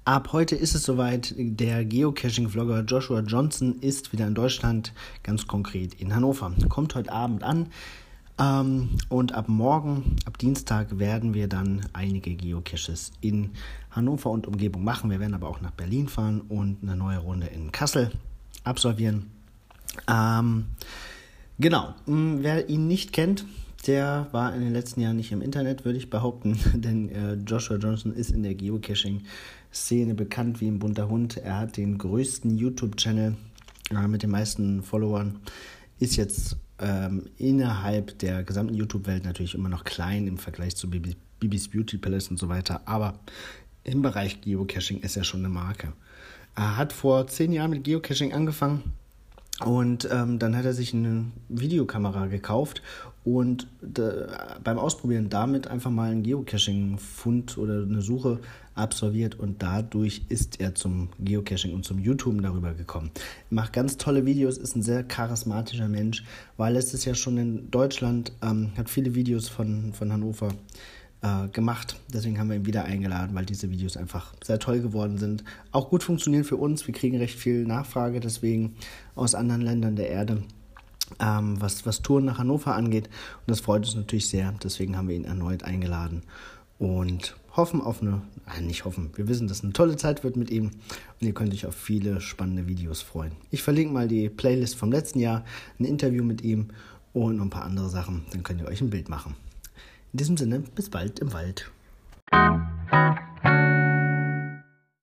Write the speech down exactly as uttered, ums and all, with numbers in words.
Ab heute ist es soweit, der Geocaching-Vlogger Joshua Johnson ist wieder in Deutschland, ganz konkret in Hannover. Kommt heute Abend an ähm, und ab morgen, ab Dienstag, werden wir dann einige Geocaches in Hannover und Umgebung machen. Wir werden aber auch nach Berlin fahren und eine neue Runde in Kassel absolvieren. Ähm, genau, wer ihn nicht kennt, der war in den letzten Jahren nicht im Internet, würde ich behaupten, denn äh, Joshua Johnson ist in der Geocaching-Szene bekannt wie ein bunter Hund. Er hat den größten YouTube-Channel äh, mit den meisten Followern, ist jetzt ähm, innerhalb der gesamten YouTube-Welt natürlich immer noch klein im Vergleich zu B B's Beauty Palace und so weiter, aber im Bereich Geocaching ist er schon eine Marke. Er hat vor zehn Jahren mit Geocaching angefangen. Und ähm, dann hat er sich eine Videokamera gekauft und de, beim Ausprobieren damit einfach mal einen Geocaching-Fund oder eine Suche absolviert und dadurch ist er zum Geocaching und zum YouTuben darüber gekommen. Er macht ganz tolle Videos, ist ein sehr charismatischer Mensch, war letztes Jahr schon in Deutschland, ähm, hat viele Videos von, von Hannover äh, gemacht. Deswegen haben wir ihn wieder eingeladen, weil diese Videos einfach sehr toll geworden sind. Auch gut funktionieren für uns. Wir kriegen recht viel Nachfrage, deswegen aus anderen Ländern der Erde, ähm, was, was Touren nach Hannover angeht. Und das freut uns natürlich sehr. Deswegen haben wir ihn erneut eingeladen und hoffen auf eine, nein, nicht hoffen, wir wissen, dass es eine tolle Zeit wird mit ihm und ihr könnt euch auf viele spannende Videos freuen. Ich verlinke mal die Playlist vom letzten Jahr, ein Interview mit ihm und noch ein paar andere Sachen. Dann könnt ihr euch ein Bild machen. In diesem Sinne, bis bald im Wald.